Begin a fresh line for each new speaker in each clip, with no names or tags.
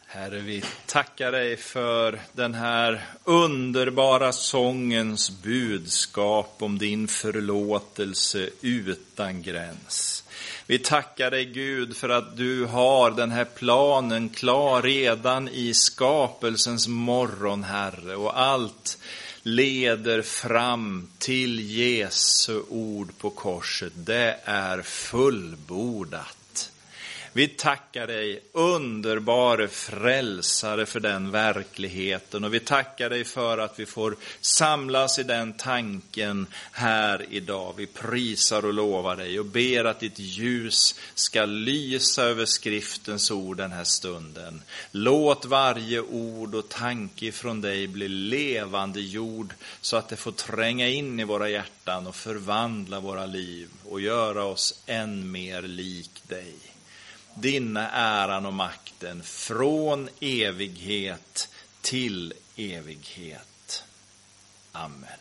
Herre, vi tackar dig för den här underbara sångens budskap om din förlåtelse utan gräns. Vi tackar dig, Gud, för att du har den här planen klar redan i skapelsens morgon, Herre. Och allt leder fram till Jesu ord på korset. Det är fullbordat. Vi tackar dig, underbara frälsare, för den verkligheten. Och vi tackar dig för att vi får samlas i den tanken här idag. Vi prisar och lovar dig och ber att ditt ljus ska lysa över skriftens ord den här stunden. Låt varje ord och tanke från dig bli levande jord, så att det får tränga in i våra hjärtan och förvandla våra liv och göra oss än mer lik dig. Dina äran och makten från evighet till evighet. Amen.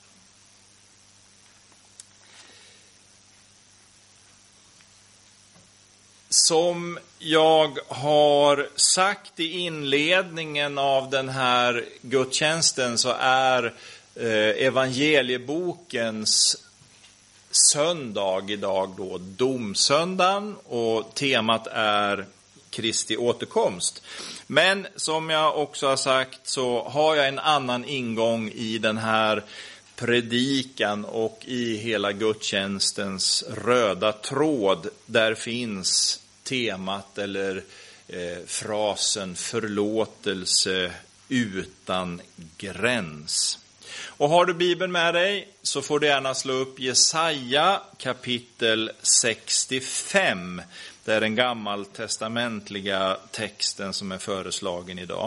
Som jag har sagt i inledningen av den här gudstjänsten, så är evangeliebokens söndag idag då domsöndagen, och temat är Kristi återkomst. Men som jag också har sagt, så har jag en annan ingång i den här predikan och i hela gudstjänstens röda tråd. Där finns temat eller frasen förlåtelse utan gräns. Och har du Bibeln med dig så får du gärna slå upp Jesaja kapitel 65. Det är den gammaltestamentliga texten som är föreslagen idag.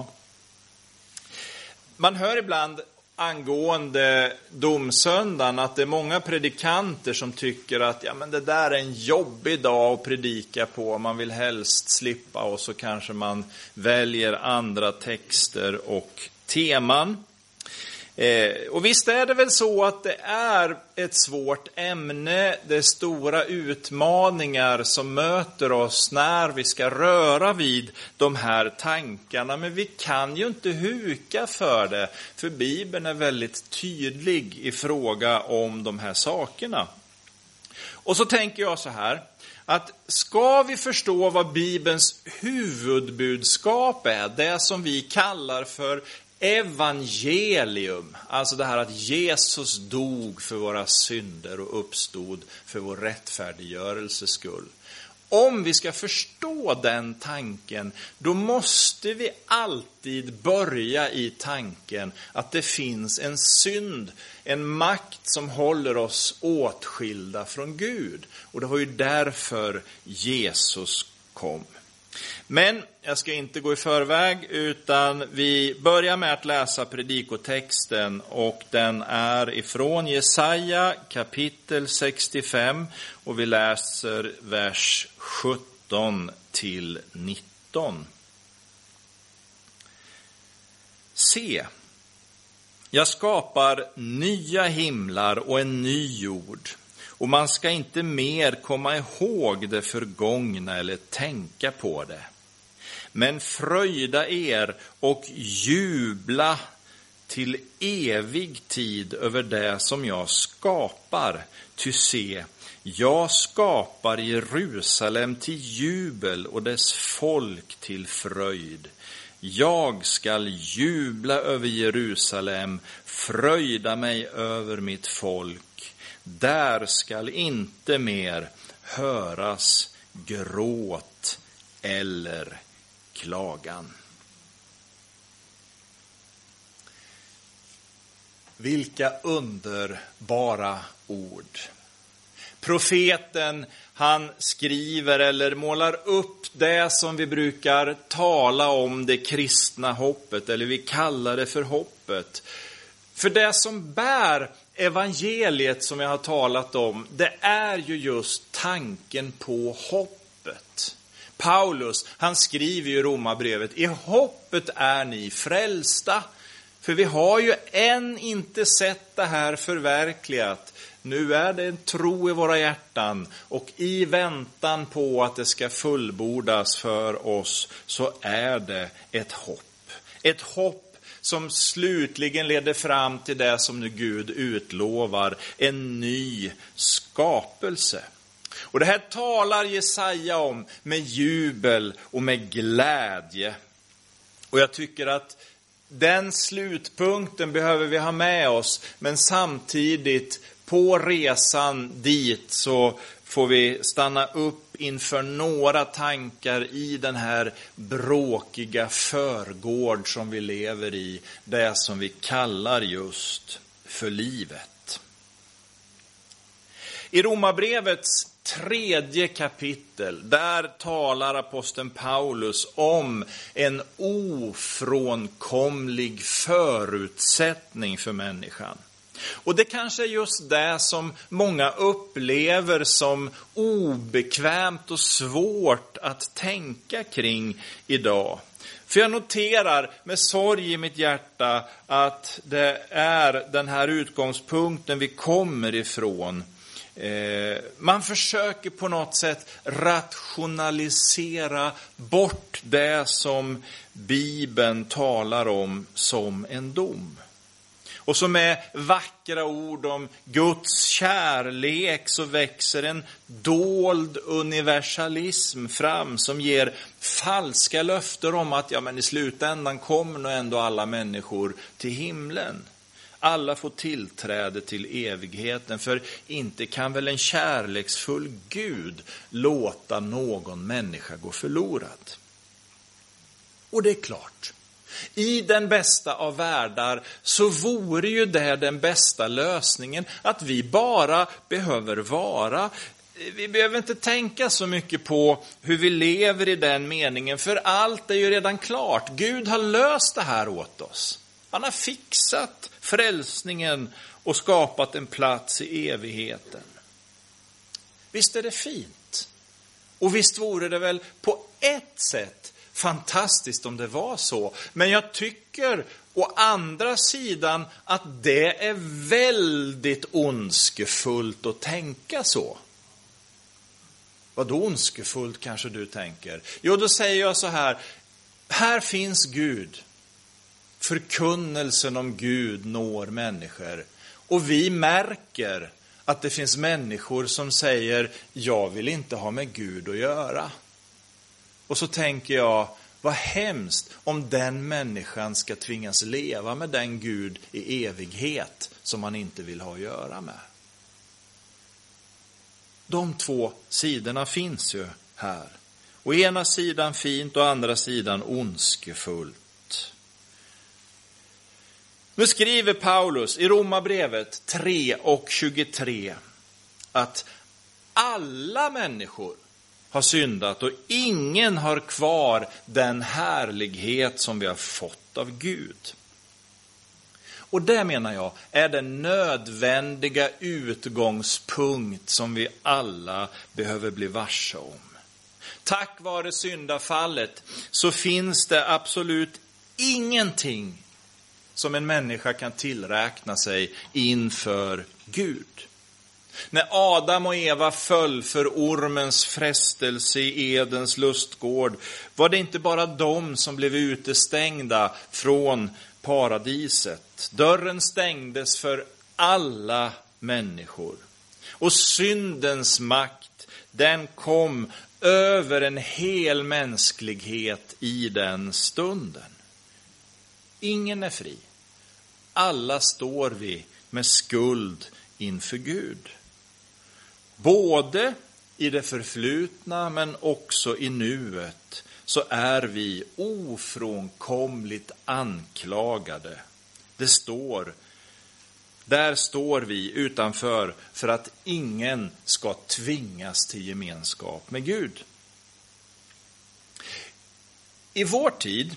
Man hör ibland angående domsöndagen att det är många predikanter som tycker att men det där är en jobbig dag att predika på. Man vill helst slippa, och så kanske man väljer andra texter och teman. Och visst är det väl så att det är ett svårt ämne. Det är stora utmaningar som möter oss när vi ska röra vid de här tankarna. Men vi kan ju inte huka för det, för Bibeln är väldigt tydlig i fråga om de här sakerna. Och så tänker jag så här, att ska vi förstå vad Bibelns huvudbudskap är, det som vi kallar för evangelium, alltså det här att Jesus dog för våra synder och uppstod för vår rättfärdiggörelses skull. Om vi ska förstå den tanken, då måste vi alltid börja i tanken att det finns en synd, en makt som håller oss åtskilda från Gud. Och det var ju därför Jesus kom. Men jag ska inte gå i förväg, utan vi börjar med att läsa predikotexten, och den är ifrån Jesaja kapitel 65, och vi läser vers 17 till 19. Se, jag skapar nya himlar och en ny jord. Och man ska inte mer komma ihåg det förgångna eller tänka på det. Men fröjda er och jubla till evig tid över det som jag skapar. Ty se, jag skapar Jerusalem till jubel och dess folk till fröjd. Jag skall jubla över Jerusalem, fröjda mig över mitt folk. Där skall inte mer höras gråt eller klagan. Vilka underbara ord. Profeten, han skriver eller målar upp det som vi brukar tala om, det kristna hoppet, eller vi kallar det för hoppet. För det som bär evangeliet som jag har talat om, det är ju just tanken på hoppet. Paulus, han skriver ju i Romarbrevet, i hoppet är ni frälsta. För vi har ju än inte sett det här förverkligat. Nu är det en tro i våra hjärtan, och i väntan på att det ska fullbordas för oss så är det ett hopp. Ett hopp som slutligen leder fram till det som nu Gud utlovar, en ny skapelse. Och det här talar Jesaja om med jubel och med glädje. Och jag tycker att den slutpunkten behöver vi ha med oss, men samtidigt på resan dit så får vi stanna upp inför några tankar i den här bråkiga förgård som vi lever i, det som vi kallar just för livet. I Romarbrevets 3:e kapitel, där talar aposteln Paulus om en ofrånkomlig förutsättning för människan. Och det kanske är just det som många upplever som obekvämt och svårt att tänka kring idag. För jag noterar med sorg i mitt hjärta att det är den här utgångspunkten vi kommer ifrån. Man försöker på något sätt rationalisera bort det som Bibeln talar om som en dom. Och som med vackra ord om Guds kärlek så växer en dold universalism fram som ger falska löften om att men i slutändan kommer nog ändå alla människor till himlen. Alla får tillträde till evigheten, för inte kan väl en kärleksfull Gud låta någon människa gå förlorad. Och det är klart, i den bästa av världar så vore ju det den bästa lösningen, att vi bara behöver vara. Vi behöver inte tänka så mycket på hur vi lever i den meningen, för allt är ju redan klart. Gud har löst det här åt oss. Han har fixat frälsningen och skapat en plats i evigheten. Visst är det fint. Och visst vore det väl på ett sätt fantastiskt om det var så. Men jag tycker å andra sidan att det är väldigt ondskefullt att tänka så. Vad då ondskefullt kanske du tänker? Jo, då säger jag så här. Här finns Gud. Förkunnelsen om Gud når människor. Och vi märker att det finns människor som säger, jag vill inte ha med Gud att göra. Och så tänker jag, vad hemskt om den människan ska tvingas leva med den Gud i evighet som man inte vill ha att göra med. De två sidorna finns ju här. Å ena sidan fint och å andra sidan ondskefullt. Nu skriver Paulus i Romarbrevet 3:23 att alla människor har syndat och ingen har kvar den härlighet som vi har fått av Gud. Och det menar jag är den nödvändiga utgångspunkt som vi alla behöver bli varse om. Tack vare syndafallet så finns det absolut ingenting som en människa kan tillräkna sig inför Gud. När Adam och Eva föll för ormens frestelse i Edens lustgård var det inte bara de som blev utestängda från paradiset. Dörren stängdes för alla människor. Och syndens makt, den kom över en hel mänsklighet i den stunden. Ingen är fri. Alla står vi med skuld inför Gud. Både i det förflutna men också i nuet så är vi ofrånkomligt anklagade. Där står vi utanför för att ingen ska tvingas till gemenskap med Gud. I vår tid,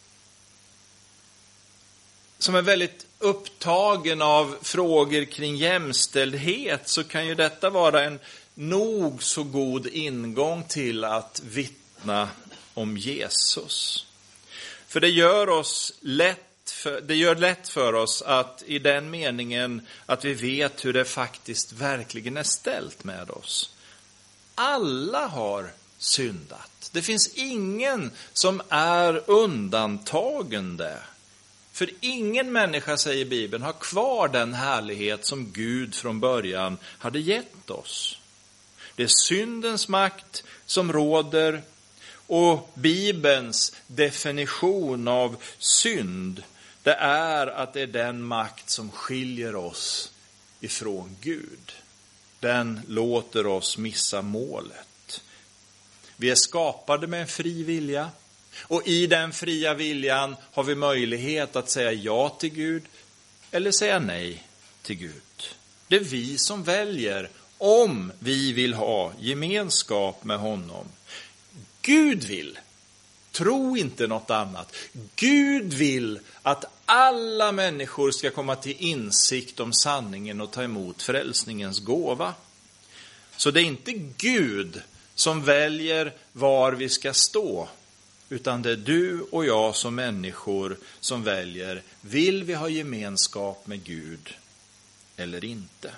som är väldigt upptagen av frågor kring jämställdhet, så kan ju detta vara en nog så god ingång till att vittna om Jesus. För det gör oss lätt det gör lätt för oss att i den meningen att vi vet hur det faktiskt verkligen är ställt med oss. Alla har syndat. Det finns ingen som är undantagen det. För ingen människa, säger Bibeln, har kvar den härlighet som Gud från början hade gett oss. Det är syndens makt som råder, och Bibelns definition av synd, det är att det är den makt som skiljer oss ifrån Gud. Den låter oss missa målet. Vi är skapade med en fri vilja, och i den fria viljan har vi möjlighet att säga ja till Gud eller säga nej till Gud. Det är vi som väljer om vi vill ha gemenskap med honom. Gud vill, tro inte något annat. Gud vill att alla människor ska komma till insikt om sanningen och ta emot frälsningens gåva. Så det är inte Gud som väljer var vi ska stå, utan det är du och jag som människor som väljer, vill vi ha gemenskap med Gud eller inte.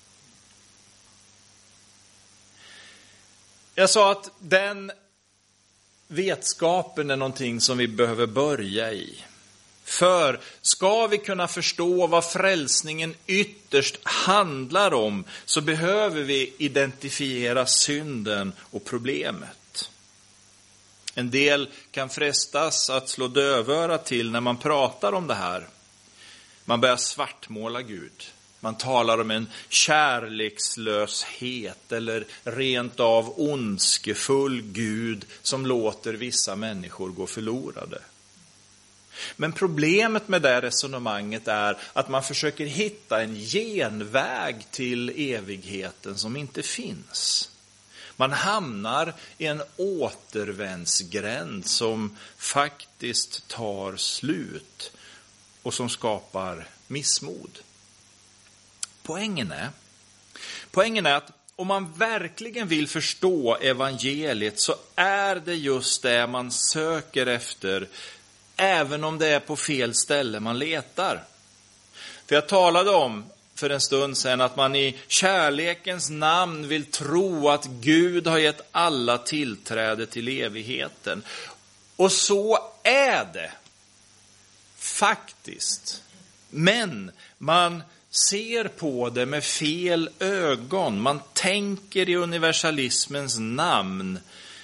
Jag sa att den vetskapen är någonting som vi behöver börja i. För ska vi kunna förstå vad frälsningen ytterst handlar om, så behöver vi identifiera synden och problemet. En del kan frestas att slå dövörat till när man pratar om det här. Man börjar svartmåla Gud. Man talar om en kärlekslöshet eller rent av ondskefull Gud som låter vissa människor gå förlorade. Men problemet med det resonemanget är att man försöker hitta en genväg till evigheten som inte finns. Man hamnar i en återvändsgränd som faktiskt tar slut och som skapar missmod. Poängen är att om man verkligen vill förstå evangeliet, så är det just det man söker efter, även om det är på fel ställe man letar. För jag talade om för en stund sedan att man i kärlekens namn vill tro att Gud har gett alla tillträde till evigheten. Och så är det faktiskt. Men man ser på det med fel ögon. Man tänker i universalismens namn.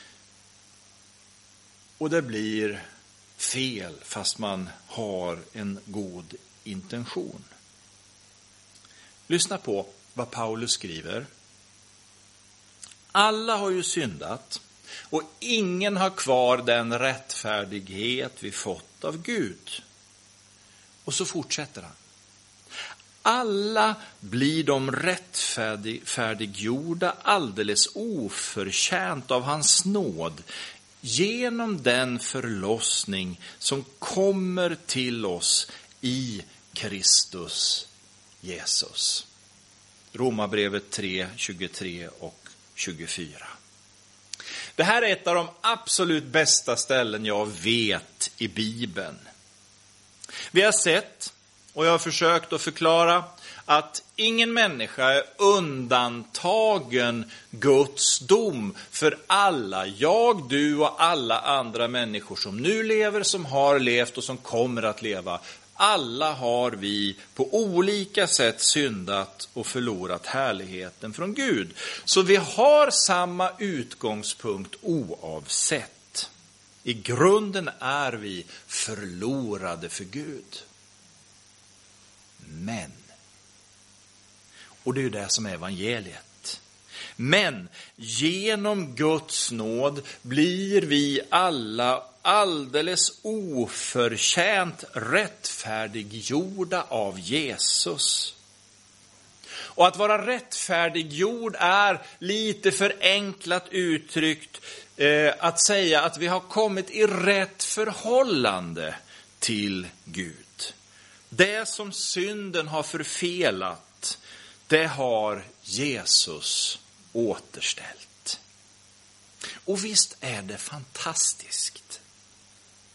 Och det blir fel fast man har en god intention. Lyssna på vad Paulus skriver. Alla har ju syndat, och ingen har kvar den rättfärdighet vi fått av Gud. Och så fortsätter han. Alla blir de rättfärdiggjorda alldeles oförtjänt av hans nåd, genom den förlossning som kommer till oss i Kristus Jesus. Romarbrevet 3, 23 och 24. Det här är ett av de absolut bästa ställen jag vet i Bibeln. Vi har sett, och jag har försökt att förklara, att ingen människa är undantagen Guds dom för alla. Jag, du och alla andra människor som nu lever, som har levt och som kommer att leva. Alla har vi på olika sätt syndat och förlorat härligheten från Gud. Så vi har samma utgångspunkt oavsett. I grunden är vi förlorade för Gud. Men, och det är ju det som är evangeliet. Men genom Guds nåd blir vi alla alldeles oförtjänt rättfärdiggjorda av Jesus. Och att vara rättfärdiggjord är lite förenklat uttryckt att säga att vi har kommit i rätt förhållande till Gud. Det som synden har förfelat, det har Jesus återställt. Och visst är det fantastiskt.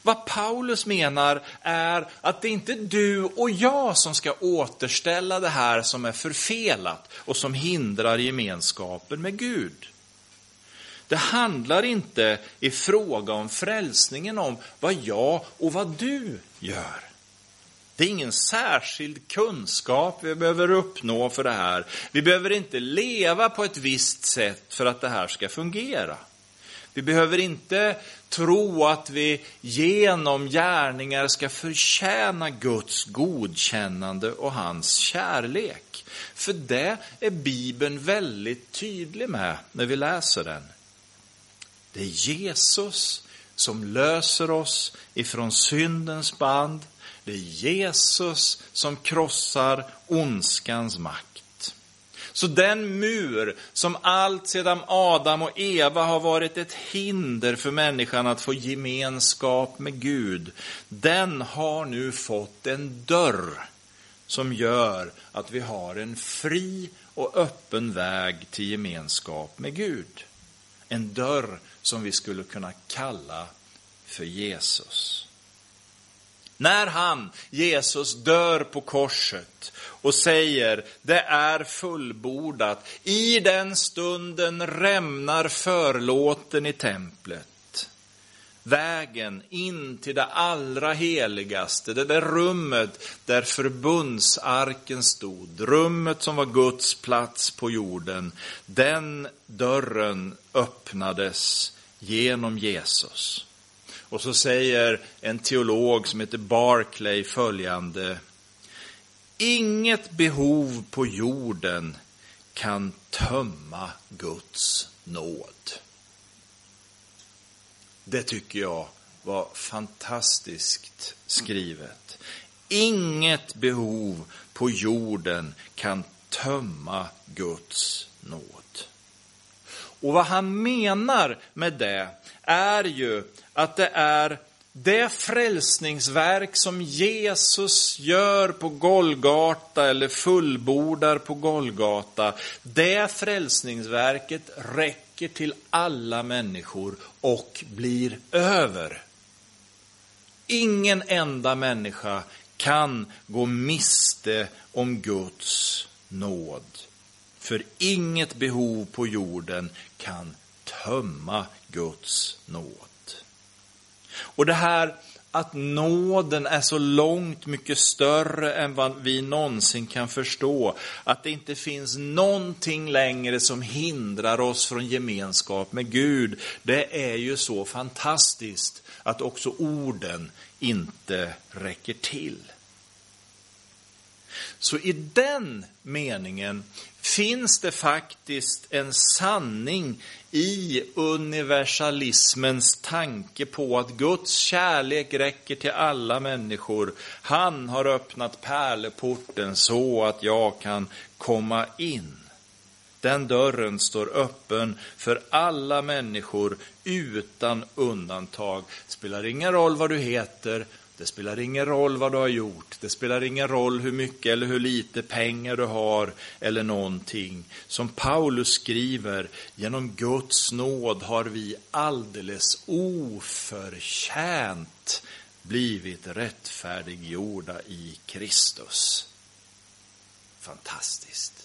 Vad Paulus menar är att det inte är du och jag som ska återställa det här som är förfelat och som hindrar gemenskapen med Gud. Det handlar inte i fråga om frälsningen om vad jag och vad du gör. Det är ingen särskild kunskap vi behöver uppnå för det här. Vi behöver inte leva på ett visst sätt för att det här ska fungera. Vi behöver inte tro att vi genom gärningar ska förtjäna Guds godkännande och hans kärlek. För det är Bibeln väldigt tydlig med när vi läser den. Det är Jesus som löser oss ifrån syndens band. Det är Jesus som krossar ondskans makt. Så den mur som allt sedan Adam och Eva har varit ett hinder för människan att få gemenskap med Gud, den har nu fått en dörr som gör att vi har en fri och öppen väg till gemenskap med Gud. En dörr som vi skulle kunna kalla för Jesus. När Jesus dör på korset och säger det är fullbordat, i den stunden rämnar förlåten i templet. Vägen in till det allra heligaste, det där rummet där förbundsarken stod, rummet som var Guds plats på jorden, den dörren öppnades genom Jesus. Och så säger en teolog som heter Barclay följande: inget behov på jorden kan tömma Guds nåd. Det tycker jag var fantastiskt skrivet. Inget behov på jorden kan tömma Guds nåd. Och vad han menar med det är ju att det är det frälsningsverk som Jesus gör på Golgata eller fullbordar på Golgata, det frälsningsverket räcker till alla människor och blir över. Ingen enda människa kan gå miste om Guds nåd. För inget behov på jorden kan tömma Guds nåd. Och det här att nåden är så långt mycket större än vad vi någonsin kan förstå. Att det inte finns någonting längre som hindrar oss från gemenskap med Gud. Det är ju så fantastiskt att också orden inte räcker till. Så i den meningen finns det faktiskt en sanning i universalismens tanke på att Guds kärlek räcker till alla människor. Han har öppnat pärleporten så att jag kan komma in. Den dörren står öppen för alla människor utan undantag. Det spelar ingen roll vad du heter. Det spelar ingen roll vad du har gjort. Det spelar ingen roll hur mycket eller hur lite pengar du har eller någonting. Som Paulus skriver, genom Guds nåd har vi alldeles oförtjänt blivit rättfärdiggjorda i Kristus. Fantastiskt.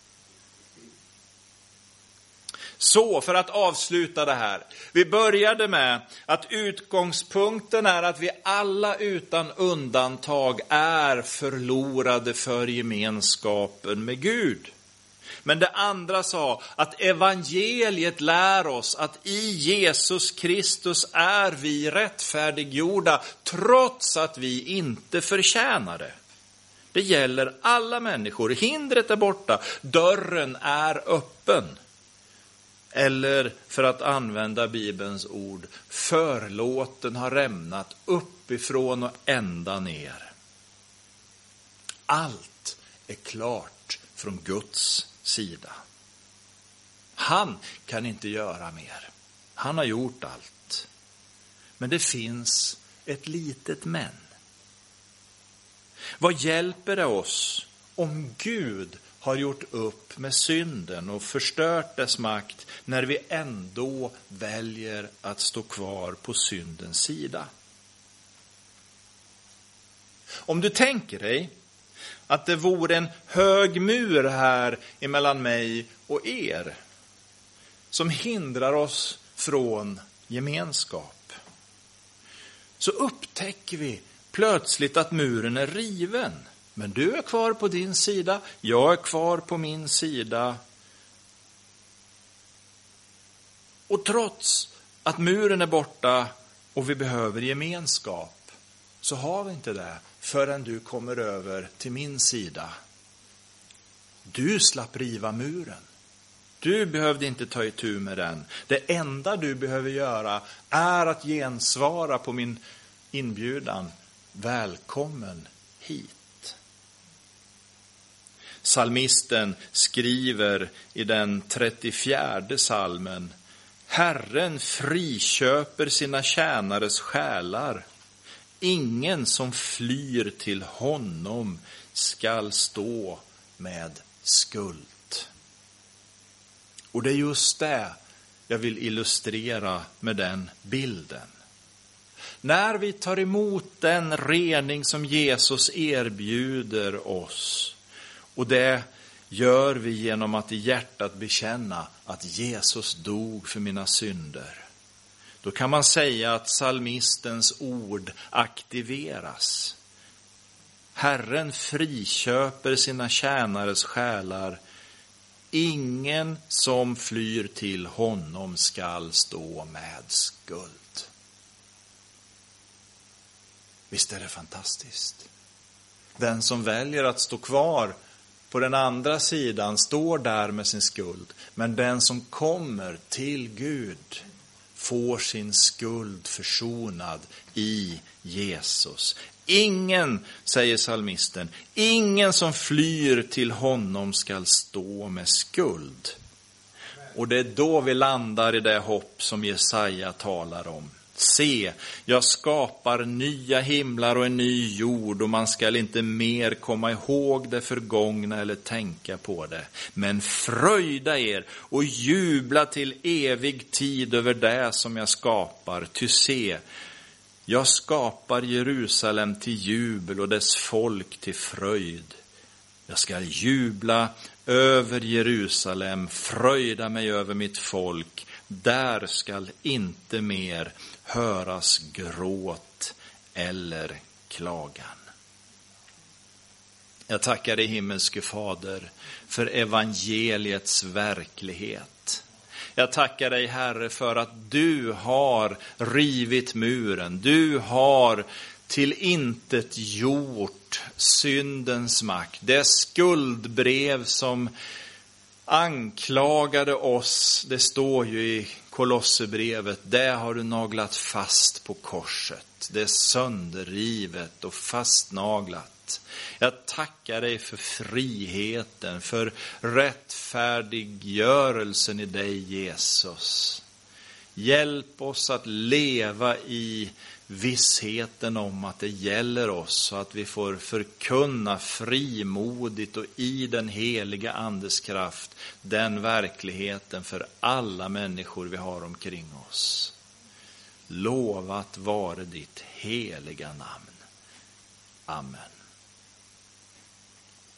Så för att avsluta det här. Vi började med att utgångspunkten är att vi alla utan undantag är förlorade för gemenskapen med Gud. Men det andra sa att evangeliet lär oss att i Jesus Kristus är vi rättfärdiggjorda trots att vi inte förtjänar det. Det gäller alla människor. Hindret är borta. Dörren är öppen. Eller för att använda Bibelns ord, förlåten har rämnat uppifrån och ända ner. Allt är klart från Guds sida. Han kan inte göra mer. Han har gjort allt. Men det finns ett litet men. Vad hjälper det oss om Gud har gjort upp med synden och förstört dess makt när vi ändå väljer att stå kvar på syndens sida? Om du tänker dig att det vore en hög mur här emellan mig och er som hindrar oss från gemenskap, så upptäcker vi plötsligt att muren är riven. Men du är kvar på din sida, jag är kvar på min sida. Och trots att muren är borta och vi behöver gemenskap, så har vi inte det förrän du kommer över till min sida. Du slapp riva muren. Du behövde inte ta itu med den. Det enda du behöver göra är att gensvara på min inbjudan. Välkommen hit. Psalmisten skriver i den 34:e psalmen: Herren friköper sina tjänares själar. Ingen som flyr till honom skall stå med skuld. Och det är just det jag vill illustrera med den bilden. När vi tar emot den rening som Jesus erbjuder oss, och det gör vi genom att i hjärtat bekänna att Jesus dog för mina synder, då kan man säga att psalmistens ord aktiveras. Herren friköper sina tjänares själar. Ingen som flyr till honom skall stå med skuld. Visst är det fantastiskt? Den som väljer att stå kvar på den andra sidan står där med sin skuld. Men den som kommer till Gud får sin skuld försonad i Jesus. Ingen, säger psalmisten, ingen som flyr till honom skall stå med skuld. Och det är då vi landar i det hopp som Jesaja talar om. Se, jag skapar nya himlar och en ny jord, och man skall inte mer komma ihåg det förgångna eller tänka på det. Men fröjda er och jubla till evig tid över det som jag skapar. Ty se, jag skapar Jerusalem till jubel och dess folk till fröjd. Jag ska jubla över Jerusalem, fröjda mig över mitt folk. Där skall inte mer höras gråt eller klagan. Jag tackar dig, himmelske Fader, för evangeliets verklighet. Jag tackar dig, Herre, för att du har rivit muren. Du har till intet gjort syndens makt. Det skuldbrev som anklagade oss, det står ju i Kolosserbrevet, det har du naglat fast på korset. Det är sönderrivet och fastnaglat. Jag tackar dig för friheten, för rättfärdiggörelsen i dig, Jesus. Hjälp oss att leva i vissheten om att det gäller oss, så att vi får förkunna frimodigt och i den heliga andes kraft den verkligheten för alla människor vi har omkring oss. Lovat vare ditt heliga namn. Amen.